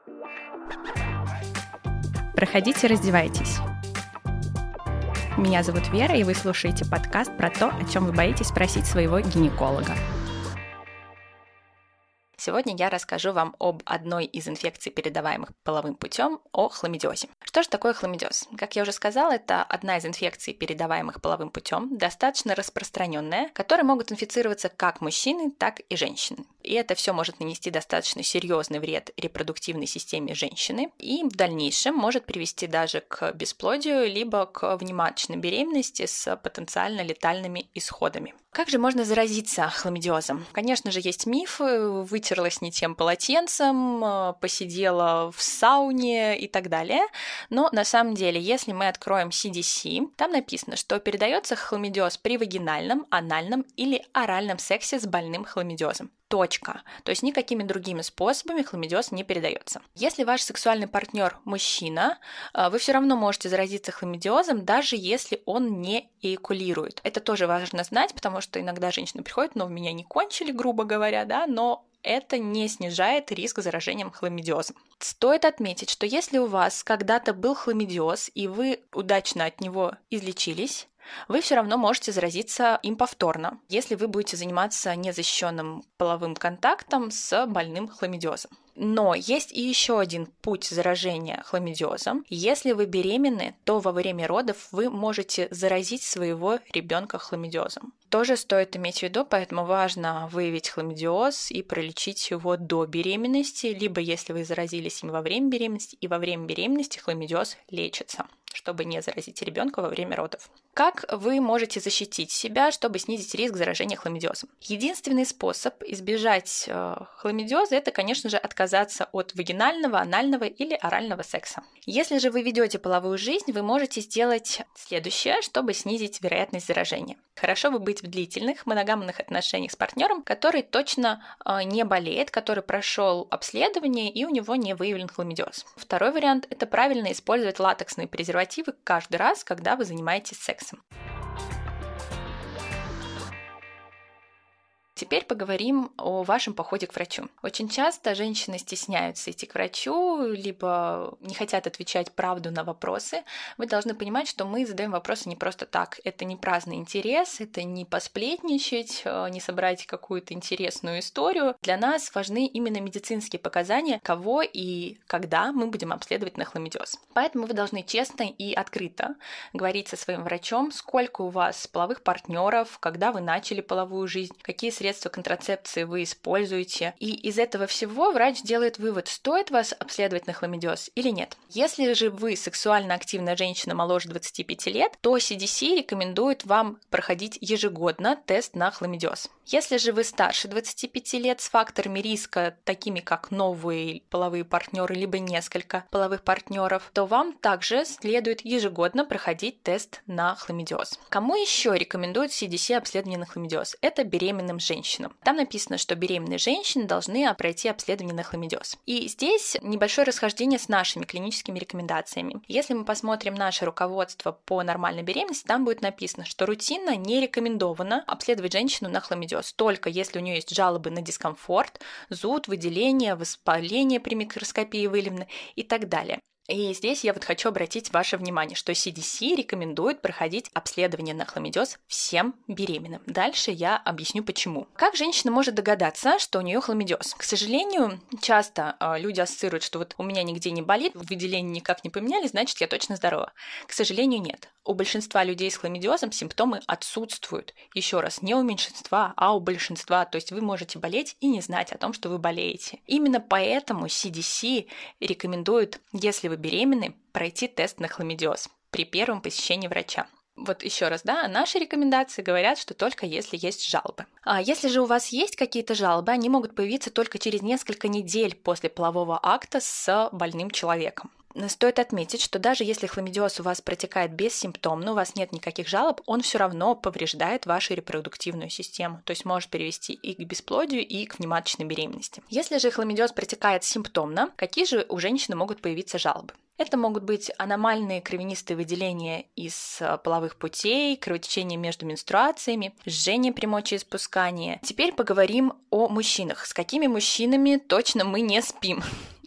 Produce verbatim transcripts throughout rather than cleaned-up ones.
Проходите, раздевайтесь. Меня зовут Вера, и вы слушаете подкаст про то, о чем вы боитесь спросить своего гинеколога. Сегодня я расскажу вам об одной из инфекций, передаваемых половым путем, о хламидиозе. Что же такое хламидиоз? Как я уже сказала, это одна из инфекций, передаваемых половым путем, достаточно распространенная, которой могут инфицироваться как мужчины, так и женщины. И это все может нанести достаточно серьезный вред репродуктивной системе женщины и в дальнейшем может привести даже к бесплодию, либо к внематочной беременности с потенциально летальными исходами. Как же можно заразиться хламидиозом? Конечно же, есть мифы, вытерлась не тем полотенцем, посидела в сауне и так далее. Но на самом деле, если мы откроем си ди си, там написано, что передается хламидиоз при вагинальном, анальном или оральном сексе с больным хламидиозом. Точка. То есть никакими другими способами хламидиоз не передается. Если ваш сексуальный партнер мужчина, вы все равно можете заразиться хламидиозом, даже если он не эякулирует. Это тоже важно знать, потому что иногда женщины приходят, но в меня не кончили, грубо говоря, да, но это не снижает риск заражения хламидиозом. Стоит отметить, что если у вас когда-то был хламидиоз, и вы удачно от него излечились, вы все равно можете заразиться им повторно, если вы будете заниматься незащищенным половым контактом с больным хламидиозом. Но есть и еще один путь заражения хламидиозом. Если вы беременны, то во время родов вы можете заразить своего ребенка хламидиозом. Тоже стоит иметь в виду, поэтому важно выявить хламидиоз и пролечить его до беременности, либо если вы заразились им во время беременности, и во время беременности хламидиоз лечится, чтобы не заразить ребенка во время родов. Как вы можете защитить себя, чтобы снизить риск заражения хламидиозом? Единственный способ избежать э, хламидиоза – это, конечно же, отказаться от вагинального, анального или орального секса. Если же вы ведете половую жизнь, вы можете сделать следующее, чтобы снизить вероятность заражения. Хорошо бы быть в длительных моногамных отношениях с партнером, который точно э, не болеет, который прошел обследование и у него не выявлен хламидиоз. Второй вариант – это правильно использовать латексные презервативы каждый раз, когда вы занимаетесь сексом. Теперь поговорим о вашем походе к врачу. Очень часто женщины стесняются идти к врачу, либо не хотят отвечать правду на вопросы. Вы должны понимать, что мы задаем вопросы не просто так. Это не праздный интерес, это не посплетничать, не собрать какую-то интересную историю. Для нас важны именно медицинские показания, кого и когда мы будем обследовать на хламидиоз. Поэтому вы должны честно и открыто говорить со своим врачом, сколько у вас половых партнеров, когда вы начали половую жизнь, какие средства средства контрацепции вы используете. И из этого всего врач делает вывод, стоит вас обследовать на хламидиоз или нет. Если же вы сексуально активная женщина моложе двадцати пяти лет, то си ди си рекомендует вам проходить ежегодно тест на хламидиоз. Если же вы старше двадцати пяти лет с факторами риска, такими как новые половые партнеры, либо несколько половых партнеров, то вам также следует ежегодно проходить тест на хламидиоз. Кому еще рекомендуют си ди си обследование на хламидиоз? Это беременным женщинам. Там написано, что беременные женщины должны пройти обследование на хламидиоз. И здесь небольшое расхождение с нашими клиническими рекомендациями. Если мы посмотрим наше руководство по нормальной беременности, там будет написано, что рутинно не рекомендовано обследовать женщину на хламидиоз, только если у нее есть жалобы на дискомфорт, зуд, выделение, воспаление при микроскопии выявлено и так далее. И здесь я вот хочу обратить ваше внимание, что си ди си рекомендует проходить обследование на хламидиоз всем беременным. Дальше я объясню почему. Как женщина может догадаться, что у нее хламидиоз? К сожалению, часто э, люди ассоциируют, что вот у меня нигде не болит, выделения никак не поменялись, значит, я точно здорова. К сожалению, нет. У большинства людей с хламидиозом симптомы отсутствуют. Еще раз, не у меньшинства, а у большинства. То есть вы можете болеть и не знать о том, что вы болеете. Именно поэтому си ди си рекомендует, если вы беременны, пройти тест на хламидиоз при первом посещении врача. Вот еще раз, да, наши рекомендации говорят, что только если есть жалобы. А если же у вас есть какие-то жалобы, они могут появиться только через несколько недель после полового акта с больным человеком. Стоит отметить, что даже если хламидиоз у вас протекает бессимптомно, у вас нет никаких жалоб, он все равно повреждает вашу репродуктивную систему, то есть может привести и к бесплодию, и к внематочной беременности. Если же хламидиоз протекает симптомно, какие же у женщины могут появиться жалобы? Это могут быть аномальные кровянистые выделения из половых путей, кровотечение между менструациями, жжение при мочеиспускании. Теперь поговорим о мужчинах. С какими мужчинами точно мы не спим?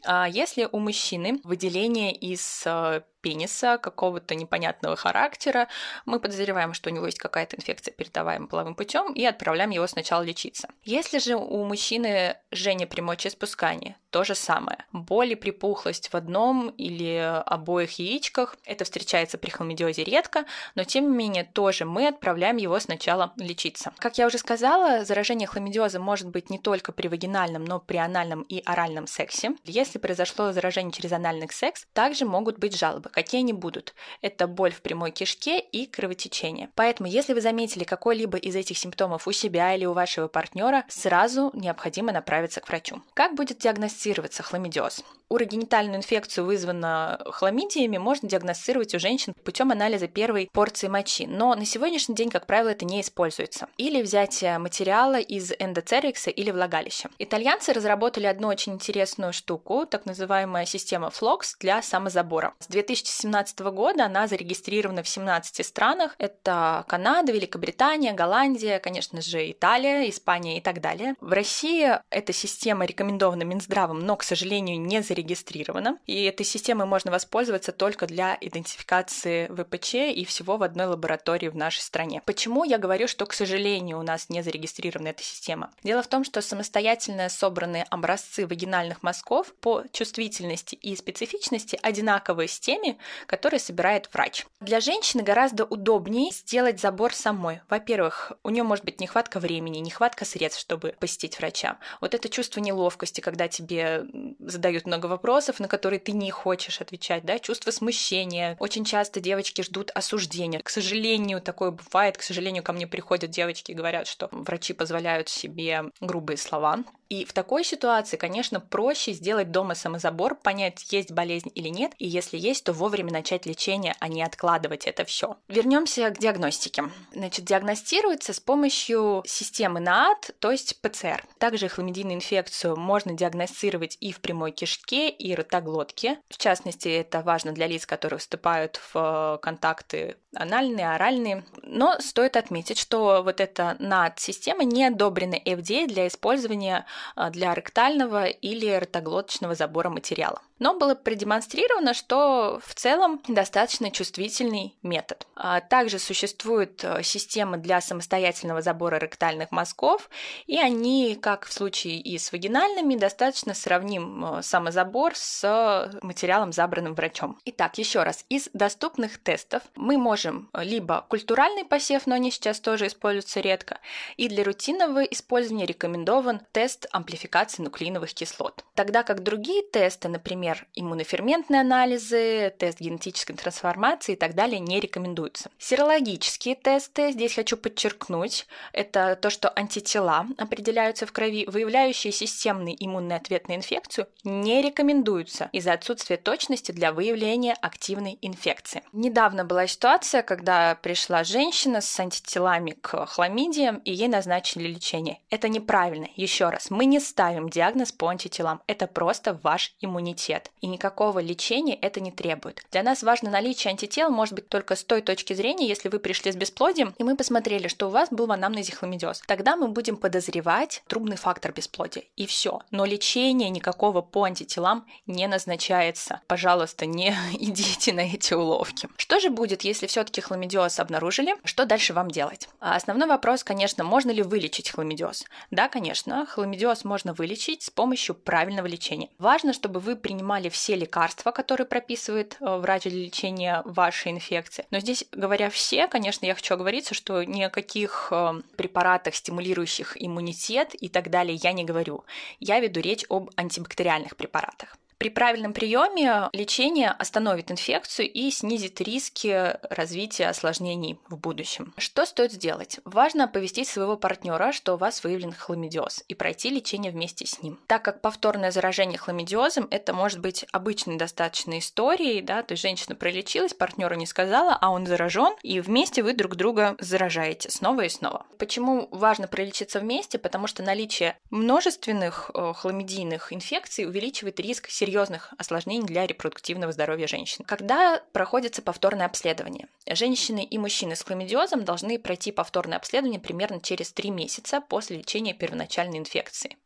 А если у мужчины выделение из пениса какого-то непонятного характера, мы подозреваем, что у него есть какая-то инфекция, передаваемая половым путем, и отправляем его сначала лечиться. Если же у мужчины жжение при мочеиспускании, то же самое. Боль и припухлость в одном или обоих яичках, это встречается при хламидиозе редко, но тем не менее тоже мы отправляем его сначала лечиться. Как я уже сказала, заражение хламидиозом может быть не только при вагинальном, но при анальном и оральном сексе. Если произошло заражение через анальный секс, также могут быть жалобы. Какие они будут? Это боль в прямой кишке и кровотечение. Поэтому, если вы заметили какой-либо из этих симптомов у себя или у вашего партнера, сразу необходимо направиться к врачу. Как будет диагностироваться хламидиоз? Урогенитальную инфекцию, вызванную хламидиями, можно диагностировать у женщин путем анализа первой порции мочи, но на сегодняшний день, как правило, это не используется. Или взятие материала из эндоцервикса или влагалища. Итальянцы разработали одну очень интересную штуку, так называемая система Флокс для самозабора. С две тысячи семнадцатого года она зарегистрирована в семнадцати странах. Это Канада, Великобритания, Голландия, конечно же, Италия, Испания и так далее. В России эта система рекомендована Минздравом, но, к сожалению, не зарегистрирована. зарегистрирована, и этой системой можно воспользоваться только для идентификации вэ пэ че и всего в одной лаборатории в нашей стране. Почему я говорю, что, к сожалению, у нас не зарегистрирована эта система? Дело в том, что самостоятельно собранные образцы вагинальных мазков по чувствительности и специфичности одинаковые с теми, которые собирает врач. Для женщины гораздо удобнее сделать забор самой. Во-первых, у нее может быть нехватка времени, нехватка средств, чтобы посетить врача. Вот это чувство неловкости, когда тебе задают много вопросов, на которые ты не хочешь отвечать, да, чувство смущения. Очень часто девочки ждут осуждения. К сожалению, такое бывает. К сожалению, ко мне приходят девочки и говорят, что врачи позволяют себе грубые слова. И в такой ситуации, конечно, проще сделать дома самозабор, понять, есть болезнь или нет, и если есть, то вовремя начать лечение, а не откладывать это все. Вернемся к диагностике. Значит, диагностируется с помощью системы НААТ, то есть пэ цэ эр. Также хламидийную инфекцию можно диагностировать и в прямой кишке, и ротоглотке. В частности, это важно для лиц, которые вступают в контакты анальные, оральные. Но стоит отметить, что вот эта НААТ-система не одобрена эф ди эй для использования для ректального или ротоглоточного забора материала. Но было продемонстрировано, что в целом достаточно чувствительный метод. Также существуют системы для самостоятельного забора ректальных мазков, и они, как в случае и с вагинальными, достаточно сравним самозабор с материалом, забранным врачом. Итак, еще раз, из доступных тестов мы можем либо культуральный посев, но они сейчас тоже используются редко, и для рутинного использования рекомендован тест амплификации нуклеиновых кислот. Тогда как другие тесты, например, иммуноферментные анализы, тест генетической трансформации и так далее, не рекомендуются. Серологические тесты, здесь хочу подчеркнуть, это то, что антитела определяются в крови, выявляющие системный иммунный ответ на инфекцию, не рекомендуются из-за отсутствия точности для выявления активной инфекции. Недавно была ситуация, когда пришла женщина с антителами к хламидиям, и ей назначили лечение. Это неправильно. Еще раз, мы не ставим диагноз по антителам, это просто ваш иммунитет. И никакого лечения это не требует. Для нас важно наличие антител, может быть, только с той точки зрения, если вы пришли с бесплодием, и мы посмотрели, что у вас был в анамнезе хламидиоз. Тогда мы будем подозревать трубный фактор бесплодия. И все. Но лечения никакого по антителам не назначается. Пожалуйста, не идите на эти уловки. Что же будет, если все-таки хламидиоз обнаружили? Что дальше вам делать? Основной вопрос, конечно, можно ли вылечить хламидиоз? Да, конечно, хламидиоз можно вылечить с помощью правильного лечения. Важно, чтобы вы принимали все лекарства, которые прописывает врач для лечения вашей инфекции. Но здесь, говоря все, конечно, я хочу оговориться, что ни о каких препаратах, стимулирующих иммунитет и так далее я не говорю. Я веду речь об антибактериальных препаратах. При правильном приеме лечение остановит инфекцию и снизит риски развития осложнений в будущем. Что стоит сделать? Важно оповестить своего партнера, что у вас выявлен хламидиоз, и пройти лечение вместе с ним. Так как повторное заражение хламидиозом это может быть обычной достаточно историей, да, то есть женщина пролечилась, партнеру не сказала, а он заражен, и вместе вы друг друга заражаете снова и снова. Почему важно пролечиться вместе? Потому что наличие множественных хламидийных инфекций увеличивает риск серьезных осложнений для репродуктивного здоровья женщин. Когда проходится повторное обследование? Женщины и мужчины с хламидиозом должны пройти повторное обследование примерно через три месяца после лечения первоначальной инфекции.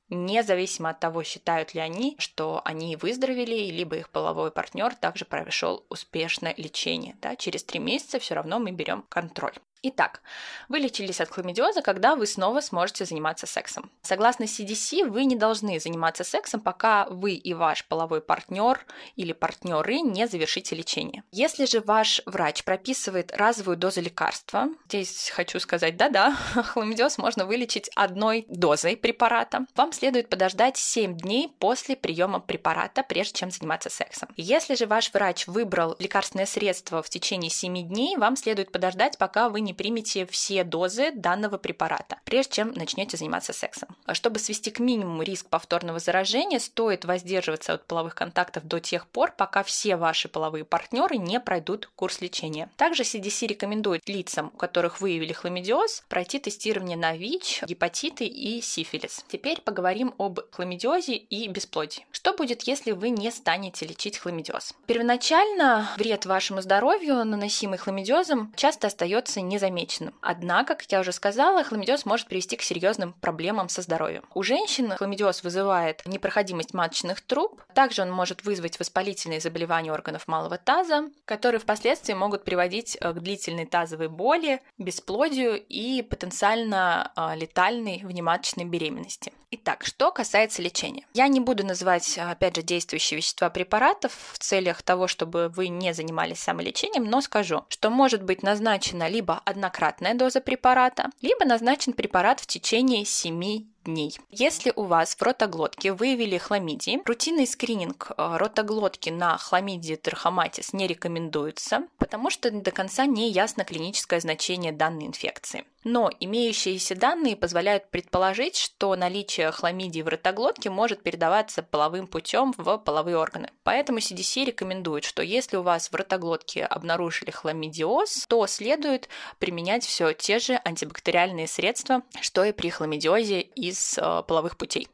независимо от того, считают ли они, что они выздоровели, либо их половой партнер также прошел успешное лечение. Да? Через три месяца все равно мы берем контроль. Итак, вы лечились от хламидиоза, когда вы снова сможете заниматься сексом. Согласно си ди си, вы не должны заниматься сексом, пока вы и ваш половой партнер или партнеры не завершите лечение. Если же ваш врач прописывает разовую дозу лекарства, здесь хочу сказать, да-да, хламидиоз можно вылечить одной дозой препарата, вам следует подождать семь дней после приема препарата, прежде чем заниматься сексом. Если же ваш врач выбрал лекарственное средство в течение семи дней, вам следует подождать, пока вы не примете все дозы данного препарата, прежде чем начнете заниматься сексом. Чтобы свести к минимуму риск повторного заражения, стоит воздерживаться от половых контактов до тех пор, пока все ваши половые партнеры не пройдут курс лечения. Также си ди си рекомендует лицам, у которых выявили хламидиоз, пройти тестирование на ВИЧ, гепатиты и сифилис. Теперь поговорим об хламидиозе и бесплодии. Что будет, если вы не станете лечить хламидиоз? Первоначально вред вашему здоровью, наносимый хламидиозом, часто остается не замеченным. Однако, как я уже сказала, хламидиоз может привести к серьезным проблемам со здоровьем. У женщин хламидиоз вызывает непроходимость маточных труб, также он может вызвать воспалительные заболевания органов малого таза, которые впоследствии могут приводить к длительной тазовой боли, бесплодию и потенциально летальной внематочной беременности. Итак, что касается лечения. Я не буду называть, опять же, действующие вещества препаратов в целях того, чтобы вы не занимались самолечением, но скажу, что может быть назначена либо однократная доза препарата, либо назначен препарат в течение семи дней. Если у вас в ротоглотке выявили хламидии, рутинный скрининг ротоглотки на хламидии трахоматис не рекомендуется, потому что до конца не ясно клиническое значение данной инфекции. Но имеющиеся данные позволяют предположить, что наличие хламидий в ротоглотке может передаваться половым путем в половые органы. Поэтому си ди си рекомендует, что если у вас в ротоглотке обнаружили хламидиоз, то следует применять все те же антибактериальные средства, что и при хламидиозе из половых путей.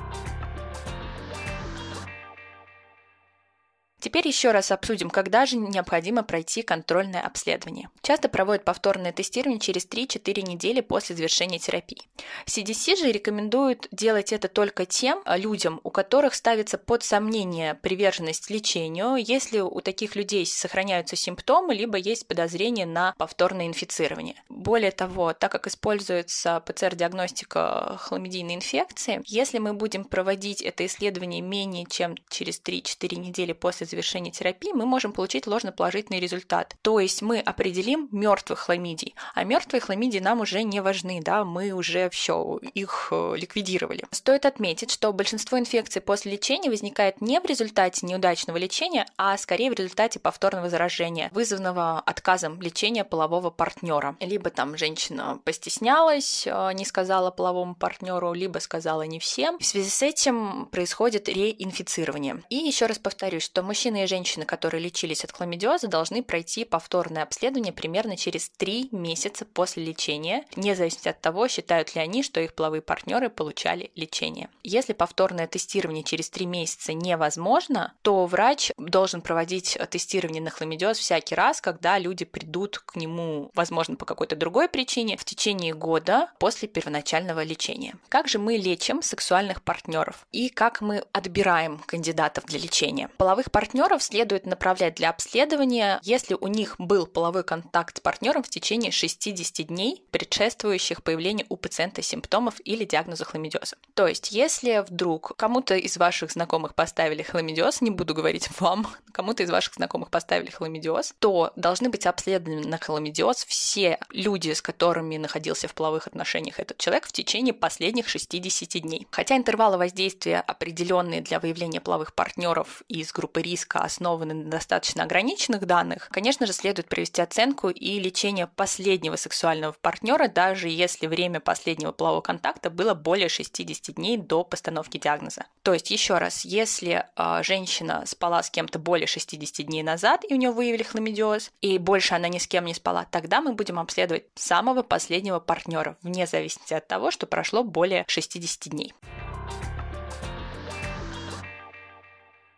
Теперь еще раз обсудим, когда же необходимо пройти контрольное обследование. Часто проводят повторное тестирование через три-четыре недели после завершения терапии. си ди си же рекомендует делать это только тем людям, у которых ставится под сомнение приверженность лечению, если у таких людей сохраняются симптомы, либо есть подозрение на повторное инфицирование. Более того, так как используется пэ цэ эр-диагностика хламидийной инфекции, если мы будем проводить это исследование менее чем через три-четыре недели после завершения терапии, мы можем получить ложноположительный результат. То есть мы определим мертвых хламидий, а мертвые хламидии нам уже не важны, да, мы уже все, их ликвидировали. Стоит отметить, что большинство инфекций после лечения возникает не в результате неудачного лечения, а скорее в результате повторного заражения, вызванного отказом лечения полового партнера. Либо там женщина постеснялась, не сказала половому партнеру, либо сказала не всем. В связи с этим происходит реинфицирование. И еще раз повторюсь, что мужчины и женщины, которые лечились от хламидиоза, должны пройти повторное обследование примерно через три месяца после лечения, вне зависимости от того, считают ли они, что их половые партнеры получали лечение. Если повторное тестирование через три месяца невозможно, то врач должен проводить тестирование на хламидиоз всякий раз, когда люди придут к нему, возможно, по какой-то другой причине, в течение года после первоначального лечения. Как же мы лечим сексуальных партнеров и как мы отбираем кандидатов для лечения? Половых партнеров следует направлять для обследования, если у них был половой контакт с партнером в течение шестидесяти дней, предшествующих появлению у пациента симптомов или диагноза хламидиоза. То есть, если вдруг кому-то из ваших знакомых поставили хламидиоз, не буду говорить вам, кому-то из ваших знакомых поставили хламидиоз, то должны быть обследованы на хламидиоз все люди, с которыми находился в половых отношениях этот человек в течение последних шестидесяти дней. Хотя интервалы воздействия определенные для выявления половых партнеров из группы риска основаны на достаточно ограниченных данных, конечно же, следует провести оценку и лечение последнего сексуального партнера, даже если время последнего полового контакта было более шестидесяти дней до постановки диагноза. То есть, еще раз, если э, женщина спала с кем-то более шестидесяти дней назад, и у нее выявили хламидиоз, и больше она ни с кем не спала, тогда мы будем обследовать самого последнего партнера, вне зависимости от того, что прошло более шестидесяти дней.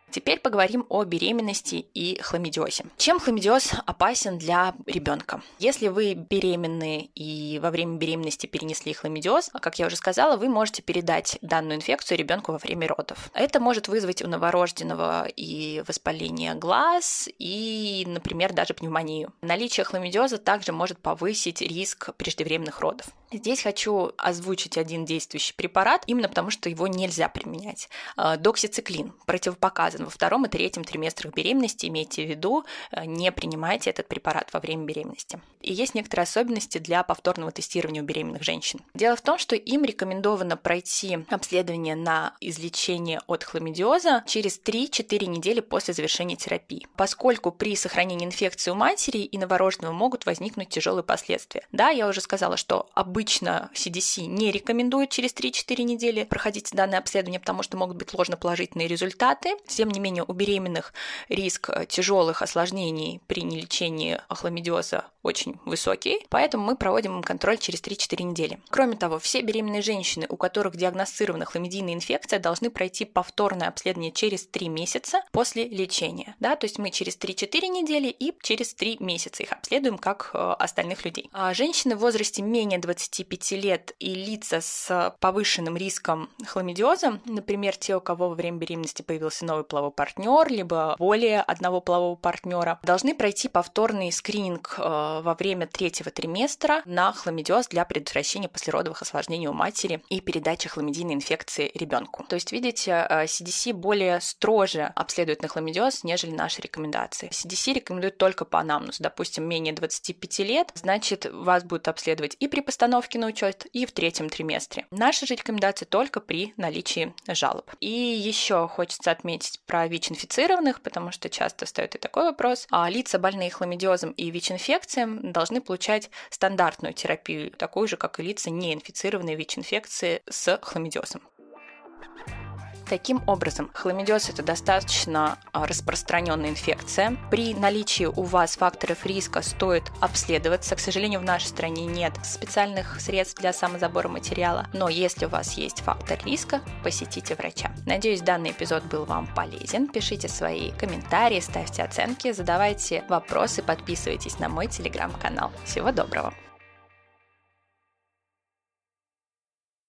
Теперь поговорим о беременности и хламидиозе. Чем хламидиоз опасен для ребенка? Если вы беременны и во время беременности перенесли хламидиоз, как я уже сказала, вы можете передать данную инфекцию ребенку во время родов. Это может вызвать у новорожденного и воспаление глаз, и, например, даже пневмонию. Наличие хламидиоза также может повысить риск преждевременных родов. Здесь хочу озвучить один действующий препарат, именно потому что его нельзя применять. Доксициклин противопоказан во втором и третьем триместрах беременности. Имейте в виду, не принимайте этот препарат во время беременности. И есть некоторые особенности для повторного тестирования у беременных женщин. Дело в том, что им рекомендовано пройти обследование на излечение от хламидиоза через три-четыре недели после завершения терапии, поскольку при сохранении инфекции у матери и новорожденного могут возникнуть тяжелые последствия. Да, я уже сказала, что обычно си ди си не рекомендует через три-четыре недели проходить данное обследование, потому что могут быть ложноположительные результаты. Тем не менее, у беременных риск тяжелых осложнений при нелечении хламидиоза очень высокий, поэтому мы проводим им контроль через три-четыре недели. Кроме того, все беременные женщины, у которых диагностирована хламидийная инфекция, должны пройти повторное обследование через три месяца после лечения. Да, то есть мы через три-четыре недели и через три месяца их обследуем, как э, остальных людей. А женщины в возрасте менее двадцати пяти лет и лица с повышенным риском хламидиоза, например, те, у кого во время беременности появился новый половой партнер, либо более одного полового партнера, должны пройти повторный скрининг э, во время третьего триместра на хламидиоз для предотвращения послеродовых осложнений у матери и передачи хламидийной инфекции ребенку. То есть, видите, си ди си более строже обследует на хламидиоз, нежели наши рекомендации. си ди си рекомендует только по анамнезу. Допустим, менее двадцати пяти лет, значит, вас будут обследовать и при постановке на учет, и в третьем триместре. Наши же рекомендации только при наличии жалоб. И еще хочется отметить про ВИЧ-инфицированных, потому что часто встает и такой вопрос. А лица, больные хламидиозом и ВИЧ-инфекцией, должны получать стандартную терапию, такую же, как и лица, не инфицированные ВИЧ-инфекцией с хламидиозом. Таким образом, хламидиоз – это достаточно распространенная инфекция. При наличии у вас факторов риска стоит обследоваться. К сожалению, в нашей стране нет специальных средств для самозабора материала, но если у вас есть фактор риска, посетите врача. Надеюсь, данный эпизод был вам полезен. Пишите свои комментарии, ставьте оценки, задавайте вопросы, подписывайтесь на мой телеграм-канал. Всего доброго!